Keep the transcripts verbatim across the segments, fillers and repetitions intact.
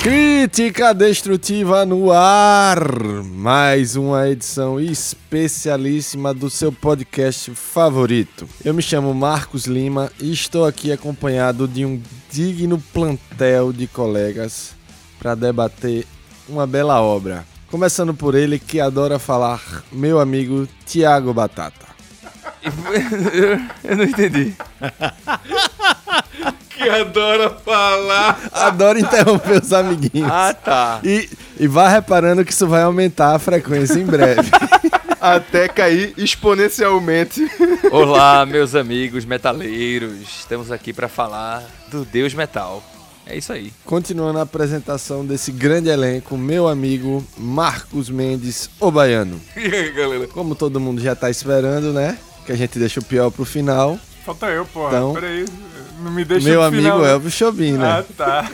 Crítica Destrutiva no ar, mais uma edição especialíssima do seu podcast favorito. Eu me chamo Marcos Lima e estou aqui acompanhado de um digno plantel de colegas para debater uma bela obra. Começando por ele que adora falar, meu amigo Thiago Batata. Eu não entendi. Que adora falar. Adora interromper os amiguinhos. Ah, tá. E, e vá reparando que isso vai aumentar a frequência em breve. Até cair exponencialmente. Olá, meus amigos metaleiros. Estamos aqui para falar do Deus Metal. É isso aí. Continuando a apresentação desse grande elenco, meu amigo Marcos Mendes, o Baiano. E aí, galera? Como todo mundo já tá esperando, né? Que a gente deixa o pior pro final. Falta eu, porra. Então, Peraí, não me deixa meu no amigo final. Elvis Chobin, né? Ah, tá.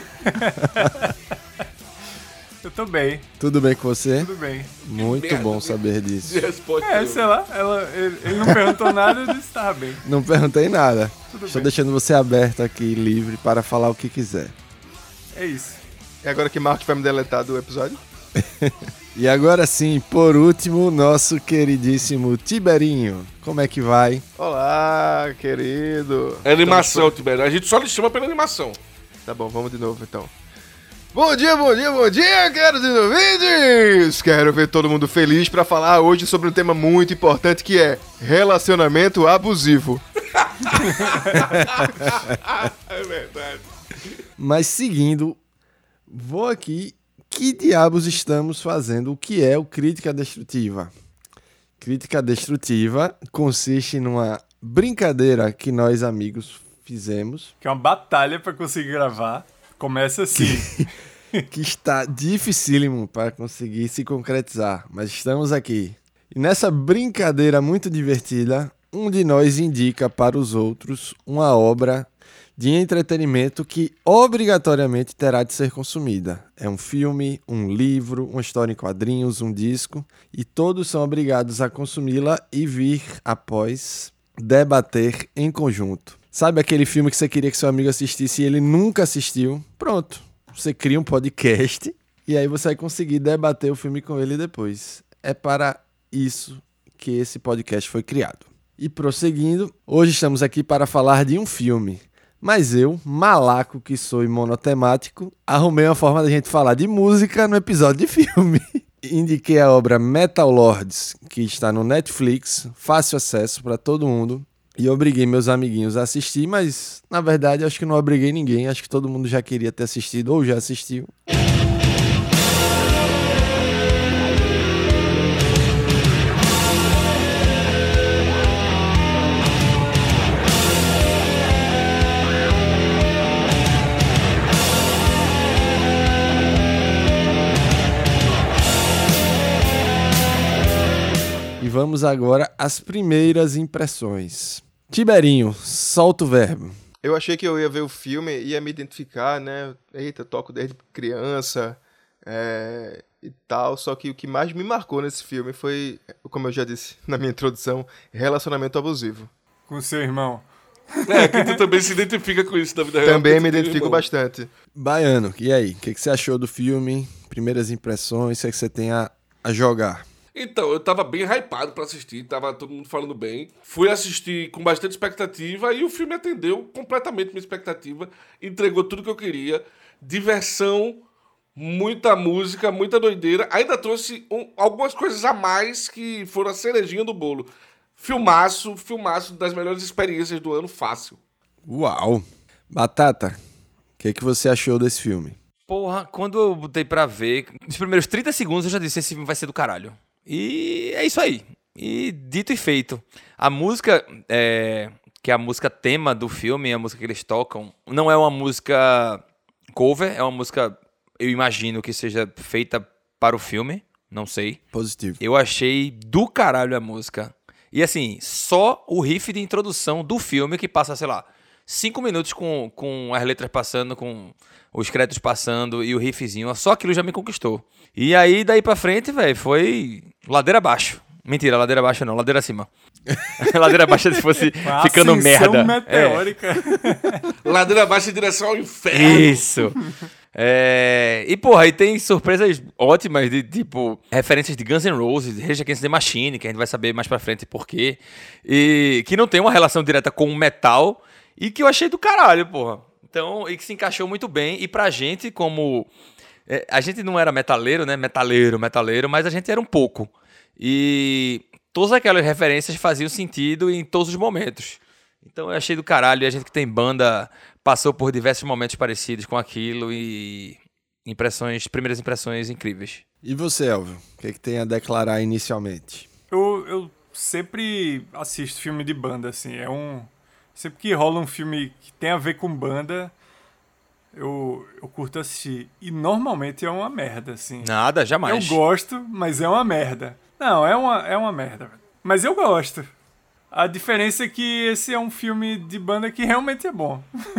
Eu tô bem, Tudo bem com você? tudo bem. Muito merda, bom né? saber disso. De resposta. É, sei lá, ela, ele, ele não perguntou nada, eu disse que tava bem. Não perguntei nada. Tudo Estou bem. deixando você aberto aqui, livre, para falar o que quiser. É isso. E agora que Marcos vai me deletar do episódio? E agora sim, por último, nosso queridíssimo Tiberinho. Como é que vai? Olá, querido. É animação, Tibério. A gente só lhe chama pela animação. Tá bom, vamos de novo então. Bom dia, bom dia, bom dia, queridos ouvintes! Quero ver todo mundo feliz pra falar hoje sobre um tema muito importante que é relacionamento abusivo. É verdade. Mas seguindo, vou aqui. Que diabos estamos fazendo? O que é o Crítica Destrutiva? Crítica Destrutiva consiste numa brincadeira que nós amigos fizemos, Que é uma batalha pra conseguir gravar. Começa assim. que está dificílimo para conseguir se concretizar, mas estamos aqui. E nessa brincadeira muito divertida, um de nós indica para os outros uma obra de entretenimento que obrigatoriamente terá de ser consumida. É um filme, um livro, uma história em quadrinhos, um disco, e todos são obrigados a consumi-la e vir após debater em conjunto. Sabe aquele filme que você queria que seu amigo assistisse e ele nunca assistiu? Pronto, você cria um podcast e aí você vai conseguir debater o filme com ele depois. É para isso que esse podcast foi criado. E prosseguindo, hoje estamos aqui para falar de um filme. Mas eu, malaco que sou e monotemático, arrumei uma forma da gente falar de música no episódio de filme. Indiquei a obra Metal Lords, que está no Netflix, fácil acesso para todo mundo. E obriguei meus amiguinhos a assistir, mas na verdade acho que não obriguei ninguém. Acho que todo mundo já queria ter assistido ou já assistiu. E vamos agora às primeiras impressões. Tiberinho, solta o verbo. Eu achei que eu ia ver o filme e ia me identificar, né? Eita, toco desde criança é, e tal. Só que o que mais me marcou nesse filme foi, como eu já disse na minha introdução, relacionamento abusivo. Com seu irmão. É, que tu também se identifica com isso na vida real. Também porque me tu tem identifico irmão. bastante. Baiano, e aí? O que, que você achou do filme? Primeiras impressões, o que, é que você tem a, a jogar? Então, eu tava bem hypado pra assistir, tava todo mundo falando bem. Fui assistir com bastante expectativa e o filme atendeu completamente minha expectativa. Entregou tudo que eu queria. Diversão, muita música, muita doideira. Ainda trouxe um, algumas coisas a mais que foram a cerejinha do bolo. Filmaço, filmaço das melhores experiências do ano, fácil. Uau! Batata, o que, que você achou desse filme? Porra, quando eu botei pra ver, nos primeiros trinta segundos eu já disse, esse filme vai ser do caralho. E é isso aí. E dito e feito. A música, é, que é a música tema do filme, a música que eles tocam, não é uma música cover, é uma música, eu imagino que seja feita para o filme, não sei. Positivo. Eu achei do caralho a música. E assim, só o riff de introdução do filme que passa, sei lá, cinco minutos com, com as letras passando, com os créditos passando e o riffzinho, só aquilo já me conquistou. E aí, daí pra frente, velho, foi ladeira abaixo. Mentira, ladeira abaixo não, ladeira acima. Ladeira abaixo se fosse Uma ficando ascensão merda. meteórica. Ladeira abaixo em direção ao É. inferno. Isso. É... E, porra, aí tem surpresas ótimas de, tipo, referências de Guns N' Roses, Rage Against the Machine, que a gente vai saber mais pra frente por quê. E que não tem uma relação direta com o metal e que eu achei do caralho, porra. Então, e que se encaixou muito bem. E pra gente, como... É, a gente não era metaleiro, né? Metaleiro, metaleiro, mas a gente era um pouco. E todas aquelas referências faziam sentido em todos os momentos. Então eu achei do caralho. E a gente que tem banda passou por diversos momentos parecidos com aquilo e impressões, primeiras impressões incríveis. E você, Elvio? O que, é que tem a declarar inicialmente? Eu, eu sempre assisto filme de banda, assim. É um... Sempre que rola um filme que tem a ver com banda, eu, eu curto assistir. E normalmente é uma merda, assim. Nada, jamais. Eu gosto, mas é uma merda. Não, é uma, é uma merda. Mas eu gosto. A diferença é que esse é um filme de banda que realmente é bom.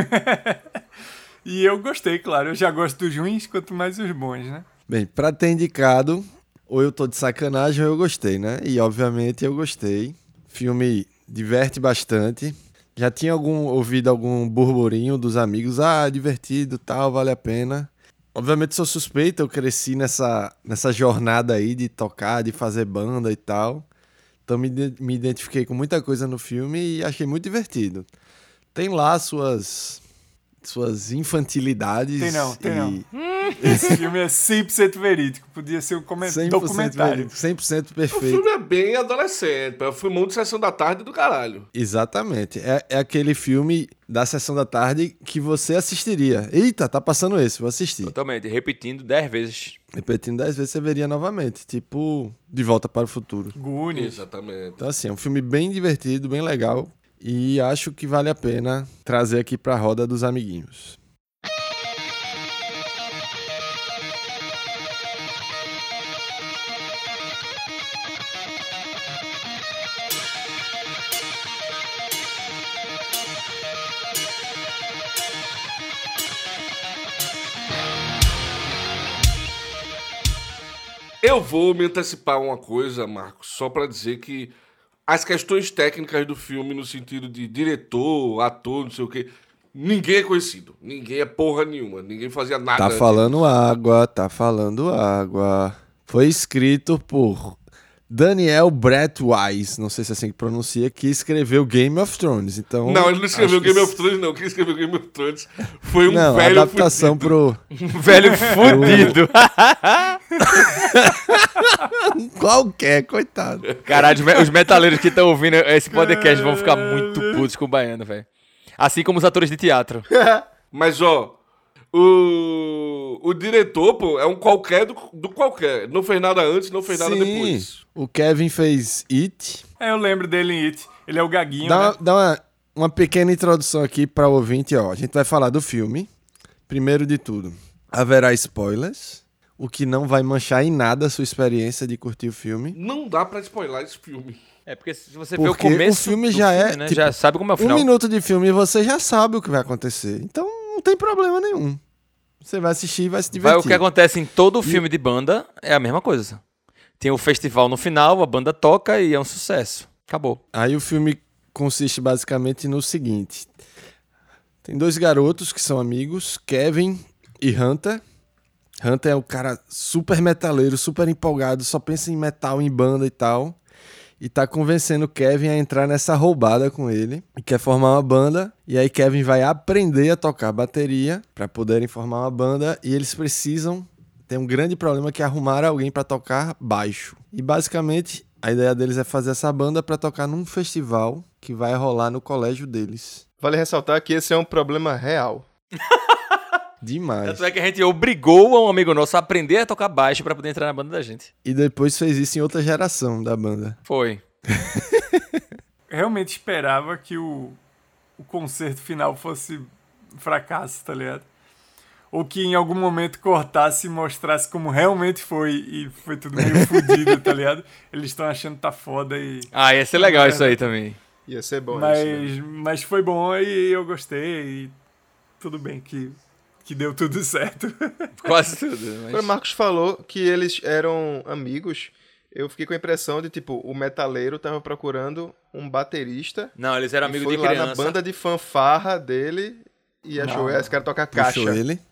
E eu gostei, claro. Eu já gosto dos ruins, quanto mais os bons, né? Bem, pra ter indicado, ou eu tô de sacanagem ou eu gostei, né? E obviamente eu gostei. Filme diverte bastante. Já tinha algum, ouvido algum burburinho dos amigos. Ah, divertido, tal, vale a pena. Obviamente sou suspeito, eu cresci nessa, nessa jornada aí de tocar, de fazer banda e tal. Então me, me identifiquei com muita coisa no filme e achei muito divertido. Tem lá suas, suas infantilidades. Tem não, tem e... não. Esse filme é cem por cento verídico. Podia ser um comentário, documentário. Verídico, cem por cento O perfeito. filme é bem adolescente, é um filmão de sessão da tarde do caralho. Exatamente. É, é aquele filme da sessão da tarde que você assistiria. Eita, tá passando esse, vou assistir. Totalmente, repetindo dez vezes. Repetindo dez vezes, você veria novamente. Tipo, De Volta para o Futuro. Goonies. Exatamente. Então, assim, é um filme bem divertido, bem legal. E acho que vale a pena trazer aqui pra roda dos amiguinhos. Eu vou me antecipar uma coisa, Marcos, só pra dizer que as questões técnicas do filme, no sentido de diretor, ator, não sei o quê, ninguém é conhecido. Ninguém é porra nenhuma. Ninguém fazia nada. Tá antes falando disso. água, tá falando água. Foi escrito por Daniel Bradwise, não sei se é assim que pronuncia, que escreveu Game of Thrones. Então, Não, ele não escreveu acho que Game of Thrones, não. Quem escreveu Game of Thrones foi um Não, velho adaptação fudido. pro Velho fudido. qualquer, coitado. Caralho, os me- os metaleiros que estão ouvindo esse podcast vão ficar muito putos com o baiano, velho. Assim como os atores de teatro. Mas, ó, o, o diretor, pô, é um qualquer do, do qualquer. Não fez nada antes, não fez nada Sim, depois. o Kevin fez It. É, eu lembro dele em It. Ele é o gaguinho, Dá, né? uma, dá uma, uma pequena introdução aqui para o ouvinte, ó. A gente vai falar do filme. Primeiro de tudo, haverá spoilers, o que não vai manchar em nada a sua experiência de curtir o filme. Não dá pra spoiler esse filme. É porque se você vê o Porque começo o filme do já filme, é, né, tipo, já sabe como é o Um final. minuto de filme e você já sabe o que vai acontecer. Então não tem problema nenhum. Você vai assistir e vai se Vai, divertir. o que acontece em todo filme de banda é a mesma coisa. Tem o festival no final, a banda toca e é um sucesso. Acabou. Aí o filme consiste basicamente no seguinte. Tem dois garotos que são amigos, Kevin e Hunter. Hunter é o cara super metaleiro, super empolgado, só pensa em metal, em banda e tal. E tá convencendo Kevin a entrar nessa roubada com ele. E quer formar uma banda. E aí Kevin vai aprender a tocar bateria pra poderem formar uma banda. E eles precisam... Tem um grande problema que é arrumar alguém pra tocar baixo. E basicamente a ideia deles é fazer essa banda pra tocar num festival que vai rolar no colégio deles. Vale ressaltar que esse é um problema real. Demais. Tanto é que a gente obrigou um amigo nosso a aprender a tocar baixo pra poder entrar na banda da gente. E depois fez isso em outra geração da banda. Foi. Realmente esperava que o, o concerto final fosse um fracasso, tá ligado? Ou que em algum momento cortasse e mostrasse como realmente foi e foi tudo meio fodido, tá ligado? Eles estão achando que tá foda e... Ah, ia ser legal isso aí também. Ia ser bom isso, né? Mas, mas foi bom e eu gostei e tudo bem que, que deu tudo certo. Quase tudo. Mas... Quando o Marcos falou que eles eram amigos, eu fiquei com a impressão de, tipo, o metaleiro tava procurando um baterista. Não, eles eram e amigos foi de lá criança. na banda de fanfarra dele e achou, Não. esse cara toca Puxou caixa. ele.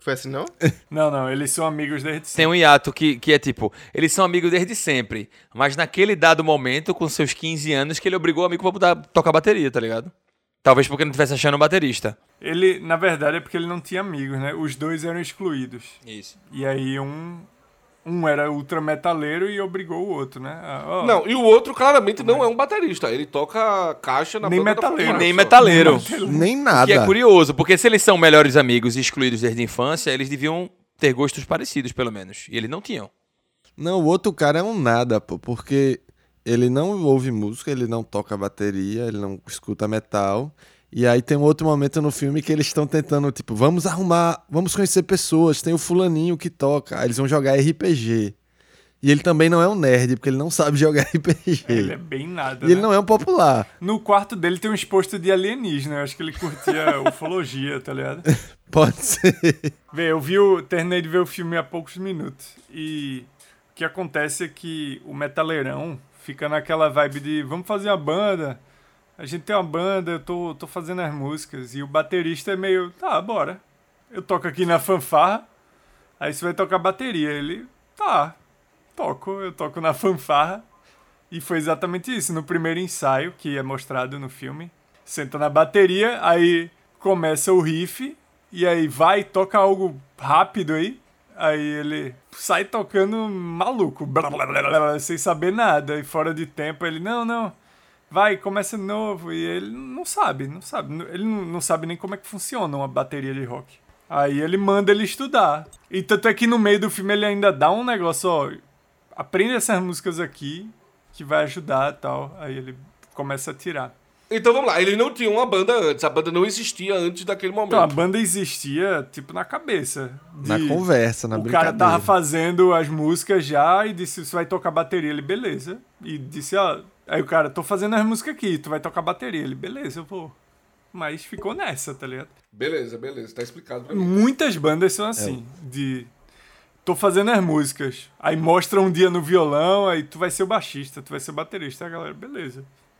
Foi assim, não? Não, não, eles são amigos desde Tem sempre. um hiato que, que é tipo, eles são amigos desde sempre, mas naquele dado momento, com seus quinze anos, que ele obrigou o amigo pra botar, tocar bateria, tá ligado? Talvez porque não estivesse achando um baterista. Ele, na verdade, é porque ele não tinha amigos, né? Os dois eram excluídos. Isso. E aí um, um era ultra metaleiro e obrigou o outro, né? Ah, ó, Não, e o outro claramente não é um baterista. Ele toca caixa na Nem banda da metaleiro. fanfarra Nem só. metaleiro. Nem Que nada. é curioso, porque se eles são melhores amigos e excluídos desde a infância, eles deviam ter gostos parecidos, pelo menos. E eles não tinham. Não, o outro cara é um nada, pô, porque ele não ouve música, ele não toca bateria, ele não escuta metal. E aí tem um outro momento no filme que eles estão tentando, tipo, vamos arrumar, vamos conhecer pessoas, tem o fulaninho que toca, aí eles vão jogar R P G. E ele também não é um nerd, porque ele não sabe jogar R P G. ele é bem nada, E ele né? não é um popular. No quarto dele tem um exposto de alienígena. Eu acho que ele curtia ufologia, tá ligado? Pode ser. Vê, eu vi o, terminei de ver o filme há poucos minutos. E o que acontece é que o metaleirão fica naquela vibe de vamos fazer uma banda. A gente tem uma banda, eu tô, tô fazendo as músicas. E o baterista é meio, tá, bora. Eu toco aqui na fanfarra. Aí você vai tocar bateria. Ele, tá, toco, eu toco na fanfarra. E foi exatamente isso. No primeiro ensaio, que é mostrado no filme, senta na bateria, aí começa o riff, e aí vai, toca algo rápido aí, aí ele sai tocando maluco, blá, blá, blá, blá, sem saber nada, e fora de tempo ele, não, não, vai, começa de novo, e ele não sabe, não sabe, ele não, não sabe nem como é que funciona uma bateria de rock. Aí ele manda ele estudar. E tanto é que no meio do filme ele ainda dá um negócio, ó, aprende essas músicas aqui, que vai ajudar e tal. Aí ele começa a tirar. Então vamos lá, eles não tinham uma banda antes, a banda não existia antes daquele momento. Então, a banda existia, tipo, na cabeça. de- Na conversa, na o brincadeira. cara tava fazendo as músicas já e disse, você vai tocar bateria? Ele, beleza. E disse, ó... Aí o cara, tô fazendo as músicas aqui, tu vai tocar bateria? Ele, beleza, eu vou. Mas ficou nessa, tá ligado? Beleza, beleza, tá explicado pra mim. Muitas bandas são assim, de... Tô fazendo as músicas. Aí mostra um dia no violão, aí tu vai ser o baixista, tu vai ser o baterista. Aí a galera, beleza.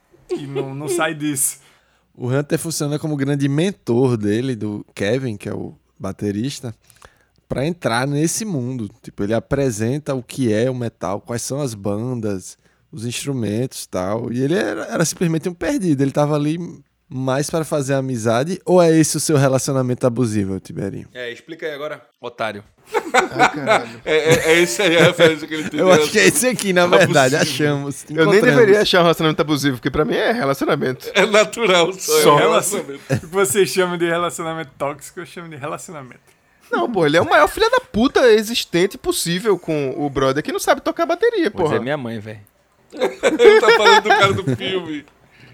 E não, não sai disso. O Hunter funciona como grande mentor dele, do Kevin, que é o baterista, pra entrar nesse mundo. Tipo, ele apresenta o que é o metal, quais são as bandas, os instrumentos e tal. E ele era, era simplesmente um perdido. Ele tava ali mais para fazer amizade, ou é esse o seu relacionamento abusivo, Tiberinho? É, explica aí agora, otário. Ai, caralho. É, é, é esse aí a referência que ele tem. Eu acho que é esse aqui, na verdade. Abusivo. Achamos. Eu nem encontramos. deveria achar um relacionamento abusivo, porque pra mim é relacionamento. É natural só. Só é um relacionamento. O que vocês chamam de relacionamento tóxico, eu chamo de relacionamento. Não, pô, ele é o maior filho da puta existente possível com o brother que não sabe tocar bateria, Pois porra. é minha mãe, velho. Ele tá falando do cara do filme.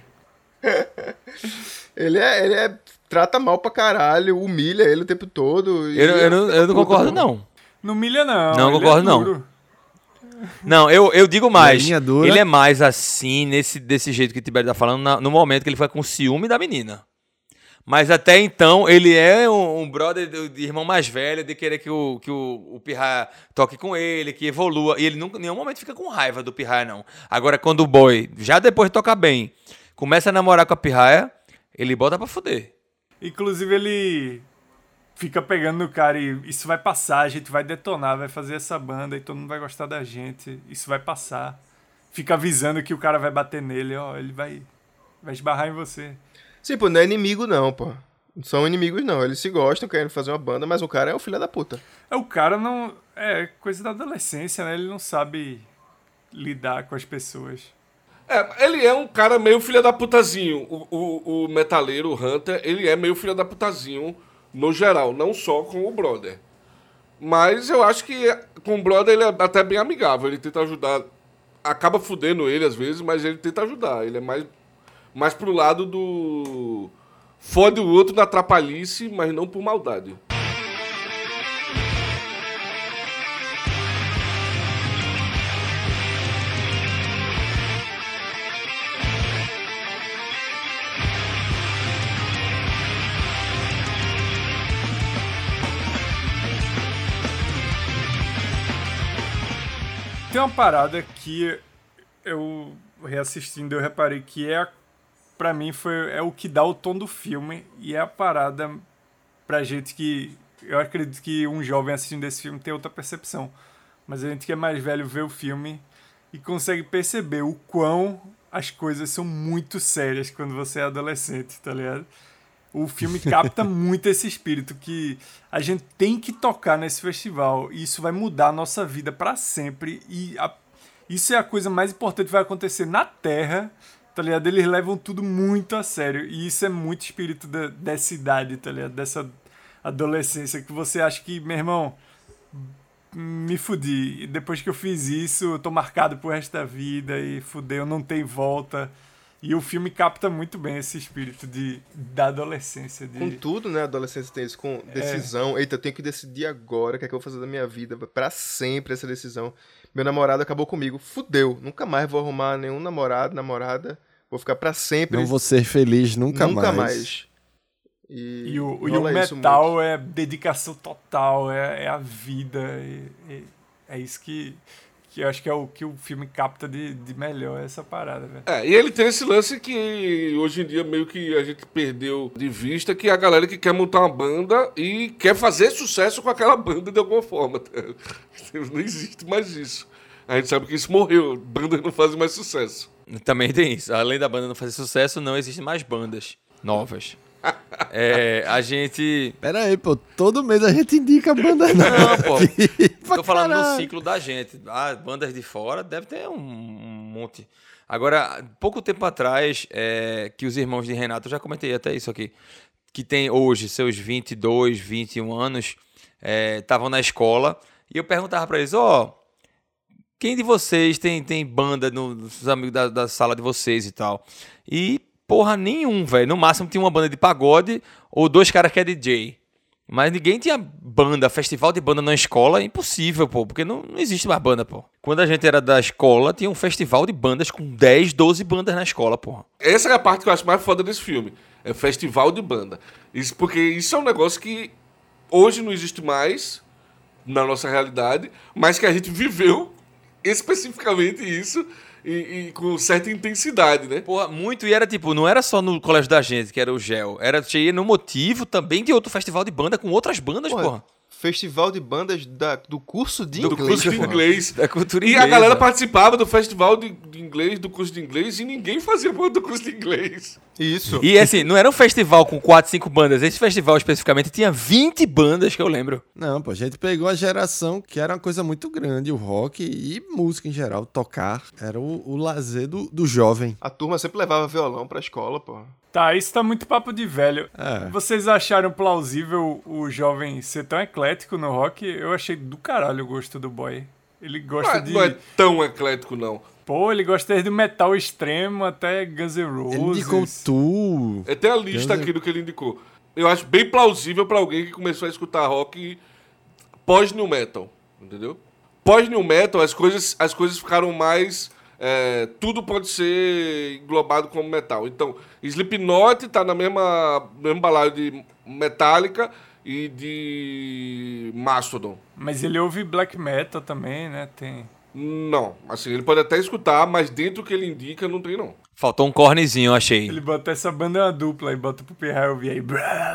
Ele é, ele é. Trata mal pra caralho, humilha ele o tempo todo. e Eu, eu, é não, eu não puta, concordo, pô. não. Não milha, não. Não ele concordo, é não. duro. Não, eu, eu digo mais. Linha dura. Ele é mais assim, nesse, desse jeito que o Tibério tá falando, na- no momento que ele fica com ciúme da menina. Mas até então, ele é um, um brother de, de irmão mais velho, de querer que o, que o, o Pirraia toque com ele, que evolua. E ele nunca, em nenhum momento fica com raiva do Pirraia, não. Agora, quando o boy, já depois de tocar bem, começa a namorar com a Pirraia, ele bota pra fuder. Inclusive, ele fica pegando no cara e isso vai passar, a gente vai detonar, vai fazer essa banda e todo mundo vai gostar da gente, isso vai passar. Fica avisando que o cara vai bater nele, ó, ele vai, vai esbarrar em você. Sim, pô, não é inimigo não, pô. Não são inimigos não. Eles se gostam, querem fazer uma banda, mas o cara é o filho da puta. É, o cara não... É coisa da adolescência, né? Ele não sabe lidar com as pessoas. É, ele é um cara meio filha da putazinho. O, o, o metaleiro, o Hunter, ele é meio filha da putazinho no geral, não só com o brother. Mas eu acho que com o brother ele é até bem amigável. Ele tenta ajudar. Acaba fudendo ele às vezes, mas ele tenta ajudar. Ele é mais, mais pro lado do... Fode o outro na trapalhice, mas não por maldade. Tem uma parada que eu reassistindo, eu reparei que é, pra mim, foi, é o que dá o tom do filme e é a parada pra gente que Eu acredito que um jovem assistindo esse filme tem outra percepção. Mas a gente que é mais velho vê o filme e consegue perceber o quão as coisas são muito sérias quando você é adolescente, tá ligado? O filme capta muito esse espírito que a gente tem que tocar nesse festival. E isso vai mudar a nossa vida para sempre. E a, isso é a coisa mais importante que vai acontecer na Terra, tá ligado? Eles levam tudo muito a sério. E isso é muito espírito da, dessa idade, tá ligado? Dessa adolescência que você acha que, meu irmão, me fudi. E depois que eu fiz isso, eu tô marcado pro resto da vida e fudeu, não tem volta. E o filme capta muito bem esse espírito de, da adolescência. De... Com tudo, né? A adolescência tem isso, com decisão. É. Eita, eu tenho que decidir agora o que é que eu vou fazer da minha vida. Pra sempre essa decisão. Meu namorado acabou comigo. Fudeu. Nunca mais vou arrumar nenhum namorado, namorada. Vou ficar pra sempre. Não vou ser feliz nunca, nunca mais. Nunca mais. E, e o, e o metal é dedicação total. É, é a vida. É, é, é isso que... que eu acho que é o que o filme capta de, de melhor, essa parada, velho. É, e ele tem esse lance que hoje em dia meio que a gente perdeu de vista, que é a galera que quer montar uma banda e quer fazer sucesso com aquela banda de alguma forma. Não existe mais isso. A gente sabe que isso morreu, bandas não fazem mais sucesso. Também tem isso. Além da banda não fazer sucesso, não existem mais bandas novas. É, a gente... Pera aí, pô. Todo mês a gente indica banda nova. Não, pô. Pra Tô falando caralho. no ciclo da gente. Ah, bandas de fora deve ter um, um monte. Agora, pouco tempo atrás, é, que os irmãos de Renato, eu já comentei até isso aqui, que tem hoje seus vinte e dois, vinte e um anos, estavam é, na escola, e eu perguntava pra eles, ó, oh, quem de vocês tem, tem banda no- nos amigos da, da sala de vocês e tal? E, porra, nenhum, velho. No máximo tinha uma banda de pagode ou dois caras que é D J. Mas ninguém tinha banda, festival de banda na escola, é impossível, pô, porque não, não existe mais banda, pô. Quando a gente era da escola, tinha um festival de bandas com dez, doze bandas na escola, porra. Essa é a parte que eu acho mais foda desse filme. É festival de banda. Isso, porque isso é um negócio que hoje não existe mais na nossa realidade, mas que a gente viveu especificamente isso e, e com certa intensidade, né? Porra, muito, e era tipo, não era só no colégio da gente, que era o Gel, era cheio no Motivo também de outro festival de banda com outras bandas, porra. Porra, festival de bandas da, do curso de Do inglês. curso de porra. inglês. Da cultura E inglesa. a galera participava do festival de, de inglês, do curso de inglês, e ninguém fazia parte do curso de inglês. Isso. E assim, não era um festival com quatro, cinco bandas. Esse festival especificamente tinha vinte bandas que eu lembro. Não, pô, a gente pegou a geração que era uma coisa muito grande, o rock e música em geral, tocar. Era o, o lazer do, do jovem. A turma sempre levava violão pra escola, pô. Tá, isso tá muito papo de velho. É. Vocês acharam plausível o jovem ser tão eclético no rock? Eu achei do caralho o gosto do boy. Ele Não gosta é, de... não é tão eclético, não. Pô, ele gosta desde metal extremo até Guns N' Roses. Ele indicou tu. É, tem a lista aqui do que ele indicou. Eu acho bem plausível pra alguém que começou a escutar rock pós-new metal, entendeu? Pós-new metal, as coisas, as coisas ficaram mais... é, tudo pode ser englobado como metal. Então, Slipknot tá na mesma, mesmo balaio de Metallica e de Mastodon. Mas ele ouve black metal também, né? Tem... Não, assim, ele pode até escutar, mas dentro do que ele indica não tem, não. Faltou um cornezinho, eu achei. Ele bota essa banda uma dupla e bota pro Pierre ouvir aí.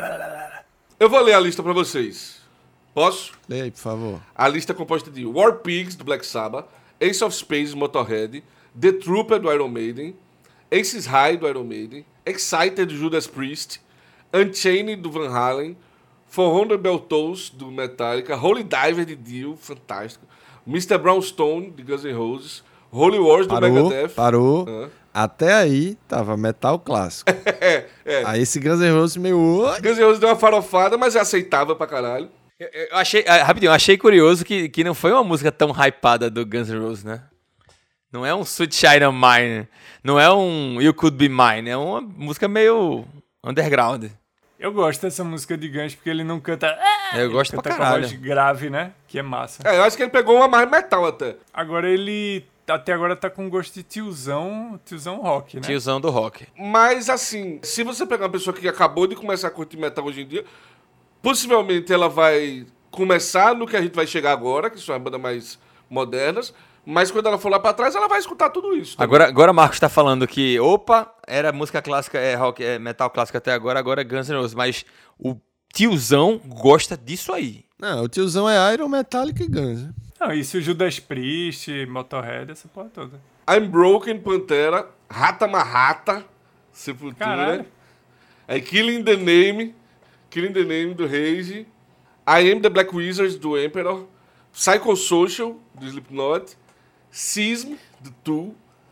Eu vou ler a lista pra vocês. Posso? Lê aí, por favor. A lista é composta de War Pigs, do Black Sabbath, Ace of Spades, do Motorhead, The Trooper, do Iron Maiden, Aces High, do Iron Maiden, Exciter, do Judas Priest, Unchained, do Van Halen, four hundred Beltones, do Metallica, Holy Diver, de Dio, fantástico, mister Brownstone, de Guns N' Roses, Holy Wars, do Parou, Megadeth. parou. Hã? Até aí tava metal clássico. É, é. Aí esse Guns N' Roses meio... Guns N' Roses deu uma farofada, mas é aceitável pra caralho. Eu, eu achei, ah, rapidinho, eu achei curioso que, que não foi uma música tão hypada do Guns N' Roses, né? Não é um Sweet Child of Mine, não é um You Could Be Mine, é uma música meio underground. Eu gosto dessa música de Guns porque ele não canta... Eu gosto Ele pra canta com a voz caralho. grave, né? Que é massa. É, eu acho que ele pegou uma mais metal até. Agora ele... Até agora tá com gosto de tiozão, tiozão rock, né? Tiozão do rock. Mas assim, se você pegar uma pessoa que acabou de começar a curtir metal hoje em dia, possivelmente ela vai começar no que a gente vai chegar agora, que são as bandas mais modernas, mas quando ela for lá pra trás, ela vai escutar tudo isso. também. Agora, agora Marcos tá falando que, opa, era música clássica, é rock, é metal clássico até agora, agora é Guns N' Roses, mas o tiozão gosta disso aí. Não, o tiozão é Iron, Metallica e Guns. Né? Não, isso o Judas Priest, Motorhead, essa porra toda. I'm Broken, Pantera, Rata Marrata, Sepultura. Caralho. Aí Killing the Name, Killing the Name do Rage, I Am the Black Wizards do Emperor, Psychosocial do Slipknot, Sism do Tool,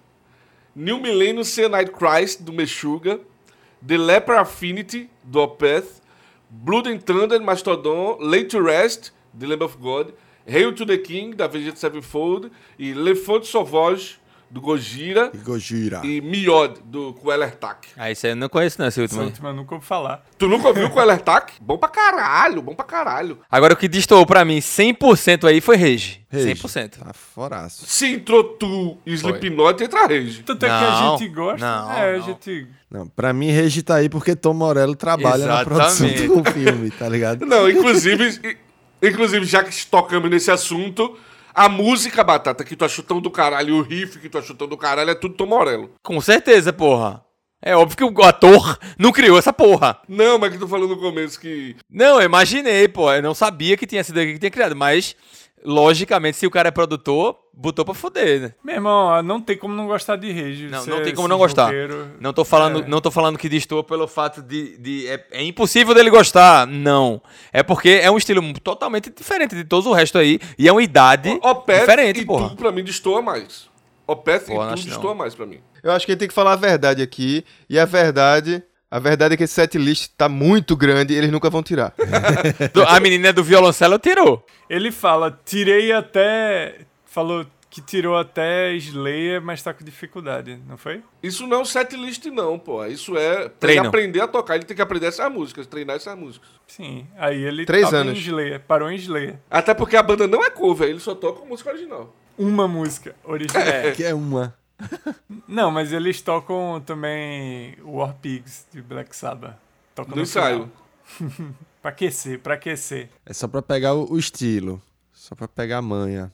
New Millennium Cyanide Christ do Meshuggah, The Leper Affinity do Opeth, Blood and Thunder do Mastodon, Lay to Rest do Lamb of God, Hail to the King da Avenged Sevenfold e Le Fond Sauvage do Gojira E Gojira. e Miod do Quellertac. Ah, isso aí eu não conheço não, esse Essa último. última eu nunca ouvi falar. Tu nunca ouviu o Quellertac? Bom pra caralho, bom pra caralho. Agora o que destoou pra mim cem por cento aí foi Rage. Rage. cem por cento. Tá foraço. Se entrou tu e Slipknot, entra Rage. Tanto é que a Não, gente gosta. não, é, a não. gente. Não, pra mim, Regi tá aí porque Tom Morello trabalha na produção Exatamente. do filme, tá ligado? Não, inclusive, i- inclusive, já que tocamos nesse assunto, a música, Batata, que tu achou tão do caralho, e o riff que tu achou tão do caralho, é tudo Tom Morello. Com certeza, porra. É óbvio que o ator não criou essa porra. Não, mas que tu falou no começo que... Não, eu imaginei, pô. Eu não sabia que tinha sido ele que tinha criado, mas, logicamente, se o cara é produtor, botou pra fuder, né? Meu irmão, não tem como não gostar de Rage. Não, Você- não tem como esse não gostar. roqueiro- Não tô falando, É. não tô falando que destoa pelo fato de... de é, é impossível dele gostar, não. É porque é um estilo totalmente diferente de todos o resto aí, e é uma idade Opeth diferente, e porra. tudo pra mim destoa mais. Opeth Pô, e não tudo acho não. destoa mais pra mim. Eu acho que a gente tem que falar a verdade aqui. E a verdade... A verdade é que esse setlist tá muito grande e eles nunca vão tirar. Do- A menina do violoncelo tirou. Ele fala, tirei até. Falou que tirou até Slayer, mas tá com dificuldade, não foi? Isso não é um setlist não, pô. Isso é pra ele Treino. aprender a tocar. Ele tem que aprender essas músicas, treinar essas músicas. Sim. Aí ele Três toca anos. em Slayer, parou em Slayer. Até porque a banda não é cover, ele só toca a música original. Uma música original. Que é uma. Não, mas eles tocam também War Pigs de Black Sabbath. Tocam No no ensaio. final. Pra aquecer, pra aquecer. É só pra pegar o, o estilo. Só pra pegar a manha.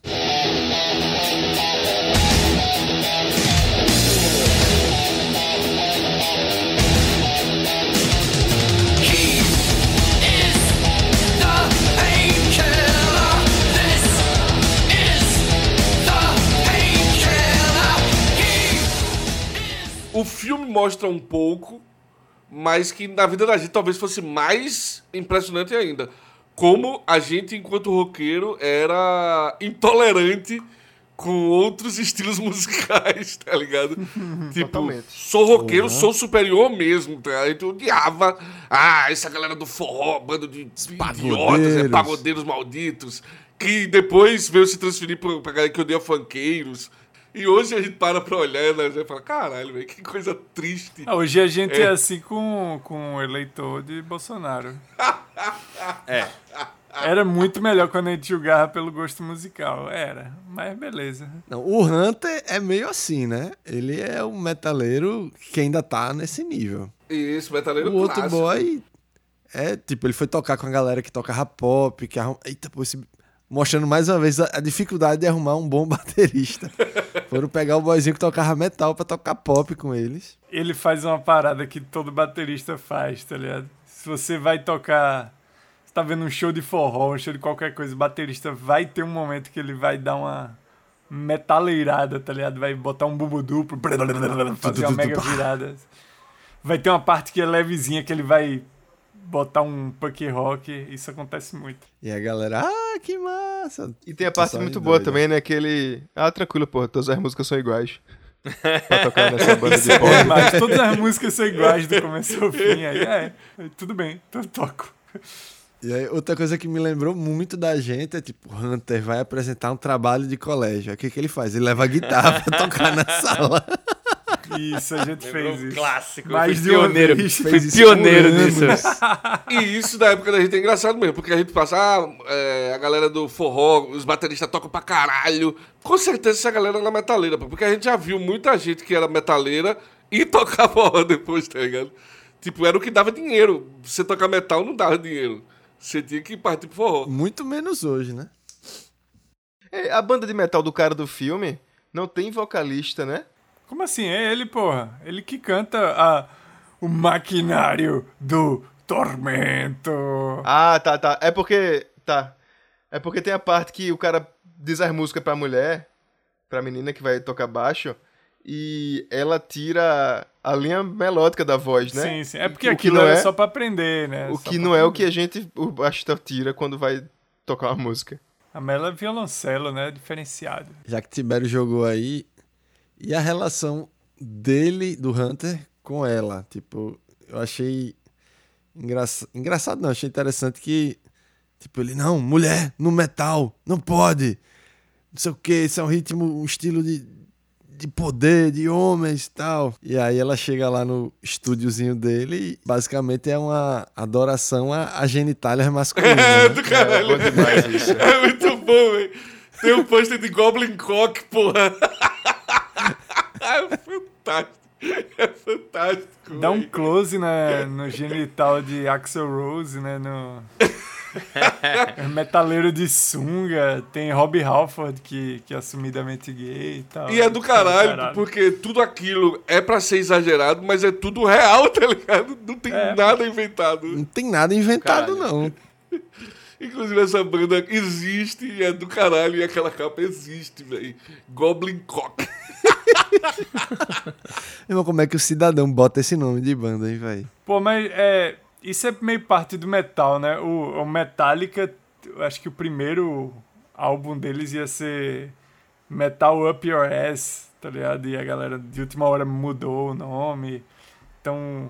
O filme mostra um pouco, mas que na vida da gente talvez fosse mais impressionante ainda. Como a gente, enquanto roqueiro, era intolerante com outros estilos musicais, tá ligado? Tipo, Totalmente. sou roqueiro, sou superior mesmo, tá? A gente odiava. Ah, essa galera do forró, bando de idiotas, é, pagodeiros. pagodeiros malditos, que depois veio se transferir pra, pra galera que odeia funkeiros. E hoje a gente para pra olhar né, e fala, caralho, velho, que coisa triste. Ah, hoje a gente é, É. assim com, com o eleitor de Bolsonaro. É. Era muito melhor quando a gente julgava pelo gosto musical. Era, mas beleza. Não, o Hunter é meio assim, né? Ele é um metaleiro que ainda tá nesse nível. E esse metaleiro O outro clássico. boy é tipo, ele foi tocar com a galera que tocava pop, que arruma... Eita, pô, esse... mostrando mais uma vez a, a dificuldade de arrumar um bom baterista. Foram pegar o boyzinho que tocava metal pra tocar pop com eles. Ele faz uma parada que todo baterista faz, tá ligado? Se você vai tocar... Você tá vendo um show de forró, um show de qualquer coisa, o baterista vai ter um momento que ele vai dar uma metaleirada, tá ligado? Vai botar um bubo duplo, fazer uma mega virada. Vai ter uma parte que é levezinha, que ele vai botar um punk rock. Isso acontece muito. E a galera, ah, que massa. E tem a parte Pessoal muito aí boa doido. também, né? Que ele... Ah, tranquilo, pô. Todas as músicas são iguais. Pra tocar nessa banda de Isso é bom pop. demais. Todas as músicas são iguais do começo ao fim. Aí, é, tudo bem, então eu toco. E aí, outra coisa que me lembrou muito da gente é tipo, Hunter vai apresentar um trabalho de colégio. Aí o que, que ele faz? Ele leva a guitarra pra tocar na sala. Isso, a gente fez isso. Clássico. Mais fui de uma pioneiro. vez. Fui Fez isso pioneiro por nisso. anos. E isso da época da gente é engraçado mesmo, porque a gente passa, ah, é, a galera do forró, os bateristas tocam pra caralho. Com certeza essa galera era metaleira, pô, porque a gente já viu muita gente que era metaleira e tocava forró depois, tá ligado? Tipo, era o que dava dinheiro. Você tocar metal não dava dinheiro. Você tinha que partir pro forró. Muito menos hoje, né? É, a banda de metal do cara do filme não tem vocalista, né? Como assim? É ele, porra. Ele que canta a, o maquinário do Tormento. Ah, tá, tá. É porque... Tá. É porque tem a parte que o cara diz as músicas pra mulher, pra menina que vai tocar baixo, e ela tira a linha melódica da voz, né? Sim, sim. É porque o aquilo que não era é, só pra aprender, né? O Só que pra não é o aprender. que a gente, o baixista tira quando vai tocar uma música. A Mela é violoncelo, né? Diferenciado. Já que Tibério jogou aí, e a relação dele, do Hunter, com ela? Tipo, eu achei engraçado, engraçado não, achei interessante que, tipo, ele, não, mulher no metal, não pode, não sei o que, isso é um ritmo, um estilo de, de poder, de homens e tal. E aí ela chega lá no estúdiozinho dele e basicamente é uma adoração a, a genitálias masculinas. É, né? do caralho. É, bom demais isso. É muito bom, velho. Tem um pôster de Goblin Cock, porra. É fantástico. É fantástico. Dá um véi. close na, no genital de Axl Rose, né? No... É metaleiro de sunga. Tem Robbie Halford, que, que é assumidamente gay e tal. E é do caralho, porque tudo aquilo é pra ser exagerado, mas é tudo real, tá ligado? Não tem É. nada inventado. Não tem nada inventado, Caralho. não. Inclusive, essa banda existe e é do caralho, e aquela capa existe, velho. Goblin Cock. Irmão, como é que o cidadão bota esse nome de banda, hein, velho? Pô, mas é, isso é meio parte do metal, né? O, o Metallica, eu acho que o primeiro álbum deles ia ser Metal Up Your Ass, tá ligado? E a galera de última hora mudou o nome. Então,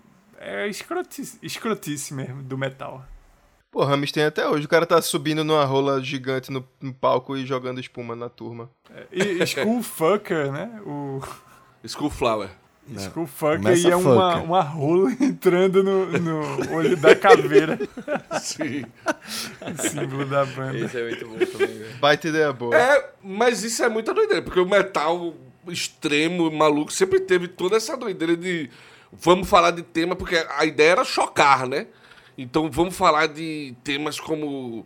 é escrotice, escrotice mesmo do metal. Pô, Rammstein tem até hoje. O cara tá subindo numa rola gigante no, no palco e jogando espuma na turma. E Skullfucker, né? O Skullflower. Skullfucker Começa e é uma, fucker. uma rola entrando no, no olho da caveira. Sim. O símbolo da banda. Esse é muito bom também, velho. Baita ideia boa. É, mas isso é muita doideira, porque o metal extremo, maluco, sempre teve toda essa doideira de vamos falar de tema, porque a ideia era chocar, né? Então vamos falar de temas como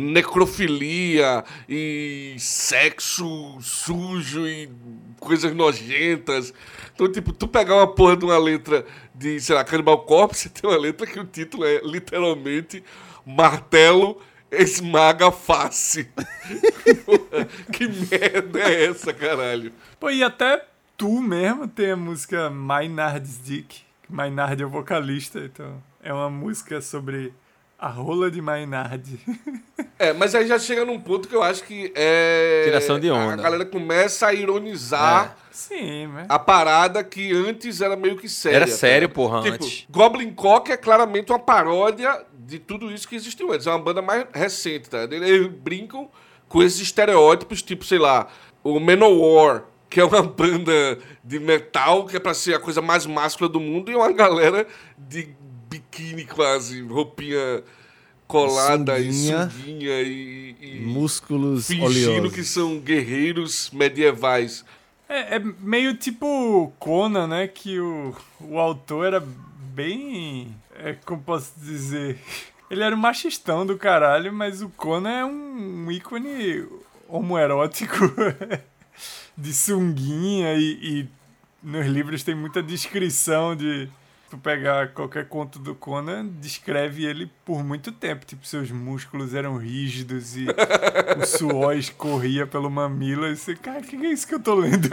necrofilia e sexo sujo e coisas nojentas. Então, tipo, tu pegar uma porra de uma letra de, sei lá, Cannibal Corpse, você tem uma letra que o título é literalmente Martelo Esmaga Face. Porra, que merda é essa, caralho? Pô, e até tu mesmo tem a música Maynard's Dick. Maynard é o vocalista, então é uma música sobre a rola de Maynard. É, mas aí já chega num ponto que eu acho que é... Tiração de A onda. galera começa a ironizar Sim, mas... a parada que antes era meio que séria. Era sério, tá? porra, Tipo, antes. Goblin Cock é claramente uma paródia de tudo isso que existiu antes. É uma banda mais recente, tá? Eles brincam com esses estereótipos, tipo, sei lá, o Manowar, que é uma banda de metal, que é pra ser a coisa mais máscula do mundo, e uma galera de biquíni quase, roupinha colada Sunguinha. e sunguinha e, e Músculos fingindo oleosos. que são guerreiros medievais. É, é meio tipo Conan, né? Que o, o autor era bem... É, como posso dizer... Ele era um machistão do caralho, mas o Conan é um, um ícone homoerótico de sunguinha e, e nos livros tem muita descrição de... Tu pegar qualquer conto do Conan, descreve ele por muito tempo. Tipo, seus músculos eram rígidos e o suor escorria pelo mamilo. E você, cara, o que é isso que eu tô lendo?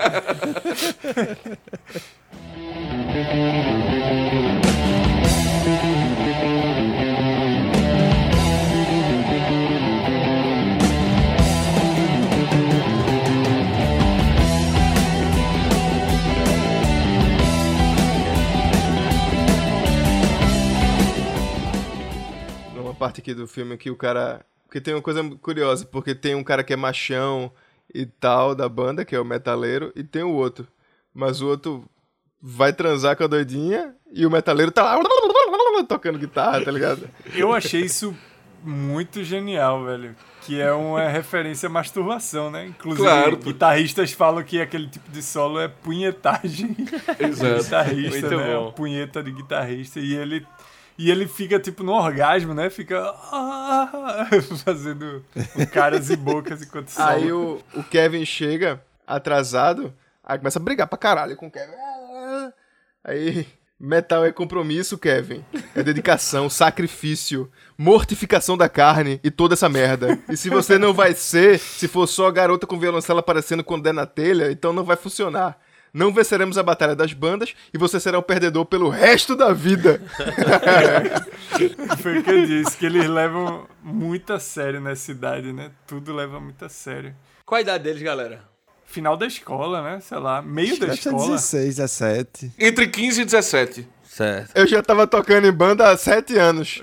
Uma parte aqui do filme que o cara... Porque tem uma coisa curiosa, porque tem um cara que é machão e tal da banda, que é o metaleiro, e tem o outro. Mas o outro vai transar com a doidinha e o metaleiro tá lá tocando guitarra, tá ligado? Eu achei isso muito genial, velho. Que é uma referência à masturbação, né? Inclusive, Claro. guitarristas falam que aquele tipo de solo é punhetagem. Exato. Guitarrista, Muito né? bom. Punheta de guitarrista. E ele, e ele fica, tipo, no orgasmo, né? Fica ah, fazendo caras e bocas enquanto sola. Aí o, o Kevin chega atrasado, aí começa a brigar pra caralho com o Kevin. Aí Metal é compromisso, Kevin. É dedicação, sacrifício, mortificação da carne e toda essa merda. E se você não vai ser, se for só a garota com violoncelo aparecendo quando der na telha, então não vai funcionar. Não venceremos a batalha das bandas e você será o perdedor pelo resto da vida. Foi o que eu disse, que eles levam muito a sério nessa idade, né? Tudo leva muito a sério. Qual a idade deles, galera? Final da escola, né? Sei lá, meio da Acho que é escola. dezesseis, dezessete. Entre quinze e dezessete. Certo. Eu já tava tocando em banda há sete anos.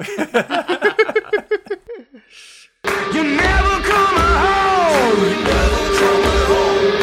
You never come home. You never come home.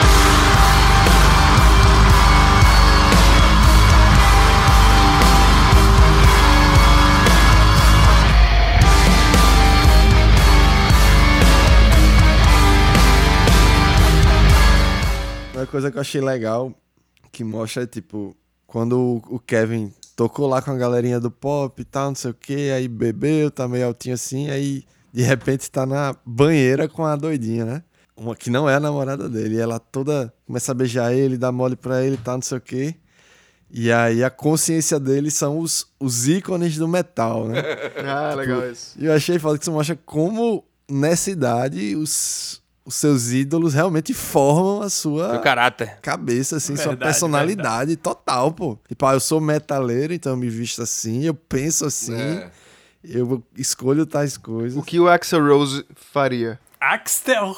Uma coisa que eu achei legal, que mostra, tipo, quando o Kevin tocou lá com a galerinha do pop e tal, não sei o que, aí bebeu, tá meio altinho assim, aí de repente tá na banheira com a doidinha, né? Uma que não é a namorada dele, e ela toda começa a beijar ele, dá mole pra ele e tal, não sei o que. E aí a consciência dele são os, os ícones do metal, né? Ah, legal isso. E eu achei foda que isso mostra como, nessa idade, os, os seus ídolos realmente formam a sua O caráter. cabeça, assim, sua Verdade, personalidade total, pô. Tipo, ah, eu sou metaleiro, então eu me visto assim, eu penso assim, É. eu escolho tais coisas. O que o Axl Rose faria? Axtel!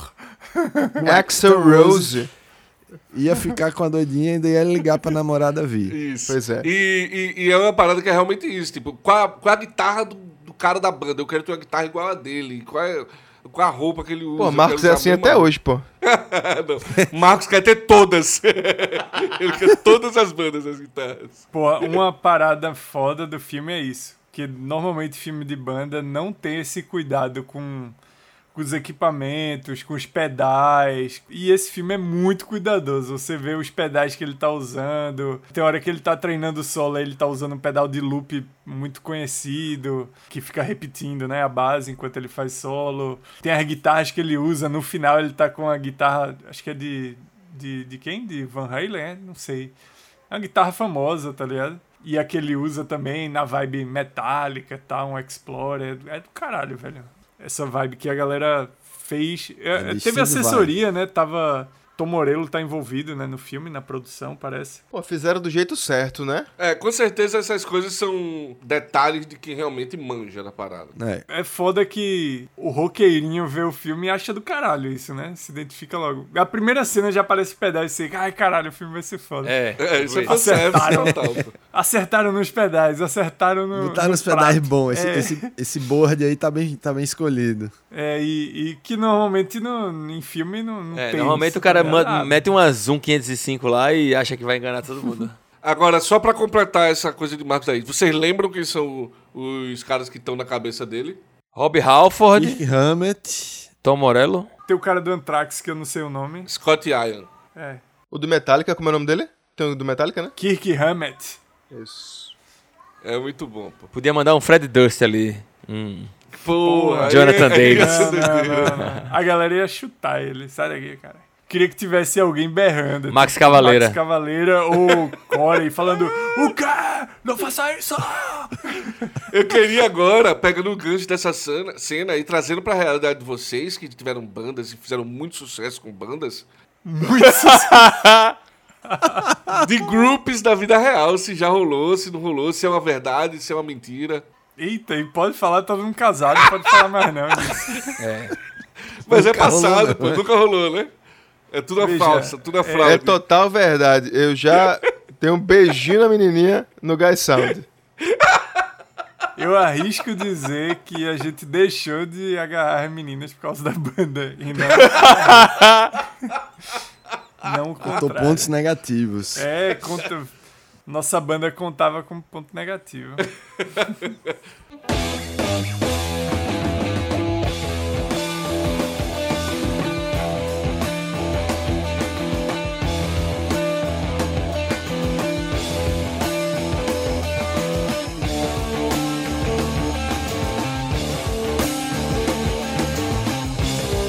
Axl Rose. Ia ficar com a doidinha e ainda ia ligar pra namorada vir. Isso. Pois é. E, e, e é uma parada que é realmente isso. Tipo, qual a, qual a guitarra do, do cara da banda? Eu quero ter uma guitarra igual a dele. Qual, é, qual a roupa que ele usa? Pô, Eu Marcos quero é usar assim a até mesma- hoje, pô. Não. Marcos quer ter todas. Ele quer todas as bandas, as guitarras. Pô, uma parada foda do filme é isso. Que normalmente filme de banda não tem esse cuidado com, com os equipamentos, com os pedais. E esse filme é muito cuidadoso. Você vê os pedais que ele tá usando. Tem hora que ele tá treinando solo, ele tá usando um pedal de loop muito conhecido, que fica repetindo, né, a base enquanto ele faz solo. Tem as guitarras que ele usa. No final ele tá com a guitarra, acho que é de... De, de quem? De Van Halen, né? Não sei. É uma guitarra famosa, tá ligado? E a que ele usa também na vibe metálica e tal, um Explorer. É do caralho, velho. Essa vibe que a galera fez. É, É teve estilo assessoria, né? Tava. Tom Morello tá envolvido, né, no filme, na produção, parece. Pô, fizeram do jeito certo, né? É, com certeza essas coisas são detalhes de quem realmente manja da parada. É, É foda que o roqueirinho vê o filme e acha do caralho isso, né? Se identifica logo. A primeira cena já aparece pedal e você, ai caralho, o filme vai ser foda. É. É, isso é Acertaram. fanservice total. pô. Acertaram nos pedais, acertaram no. botaram no os pedais prato. bons. Esse, É. esse, esse board aí tá bem, tá bem escolhido. É, e, e que normalmente no, em filme não, não É, tem. normalmente isso, o cara tá ma- ligado? mete uma Zoom quinhentos e cinco lá e acha que vai enganar todo mundo. Agora, só pra completar essa coisa de Marcos aí, vocês lembram quem são os caras que estão na cabeça dele? Rob Halford, Kirk Hammett, Tom Morello. Tem o cara do Anthrax, que eu não sei o nome. Scott Ian. É. O do Metallica, como é o nome dele? Tem o do Metallica, né? Kirk Hammett. Isso. É muito bom, pô. Podia mandar um Fred Durst ali. Hum. Porra, Jonathan aí- Davis. essa Não, não, não, não. A galera ia chutar ele. Sai daqui, cara. Queria que tivesse alguém berrando. Max tipo, Cavaleira. Max Cavaleira ou Corey falando: O quê? Não faça isso! Eu queria agora, pegando o gancho dessa cena, cena e trazendo pra realidade de vocês, que tiveram bandas e fizeram muito sucesso com bandas, Muito sucesso. de grupos da vida real, se já rolou, se não rolou, se é uma verdade, se é uma mentira. Eita, e pode falar, tá todo mundo casado, não pode falar mais não. disso. Mas é Nunca rolou, passado, não, pô, né? nunca rolou, né? É tudo a Veja, falsa, tudo a É fraude. total verdade. Eu já dei um beijinho na menininha no Guys Sound. Eu arrisco dizer que a gente deixou de agarrar as meninas por causa da banda. E não, não o Botou contrário. pontos negativos. É, conta... nossa banda contava como ponto negativo.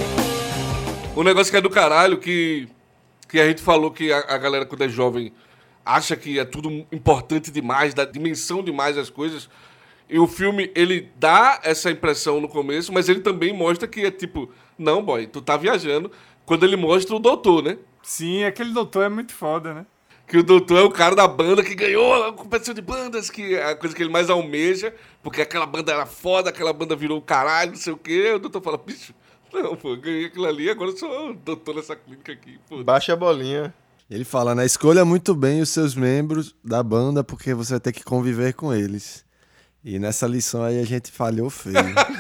Um negócio que é do caralho, que, que a gente falou que a, a galera quando é jovem acha que é tudo importante demais, dá dimensão demais às coisas. E o filme, ele dá essa impressão no começo, mas ele também mostra que é tipo, não, boy, tu tá viajando. Quando ele mostra o doutor, né? Sim, aquele doutor é muito foda, né? Que o doutor é o cara da banda que ganhou a competição de bandas, que é a coisa que ele mais almeja, porque aquela banda era foda, aquela banda virou o caralho, não sei o quê. O doutor fala, bicho, não, pô, ganhei aquilo ali, agora eu sou doutor nessa clínica aqui, pô. Baixa a bolinha. Ele fala, né? Escolha muito bem os seus membros da banda, porque você vai ter que conviver com eles. E nessa lição aí a gente falhou feio.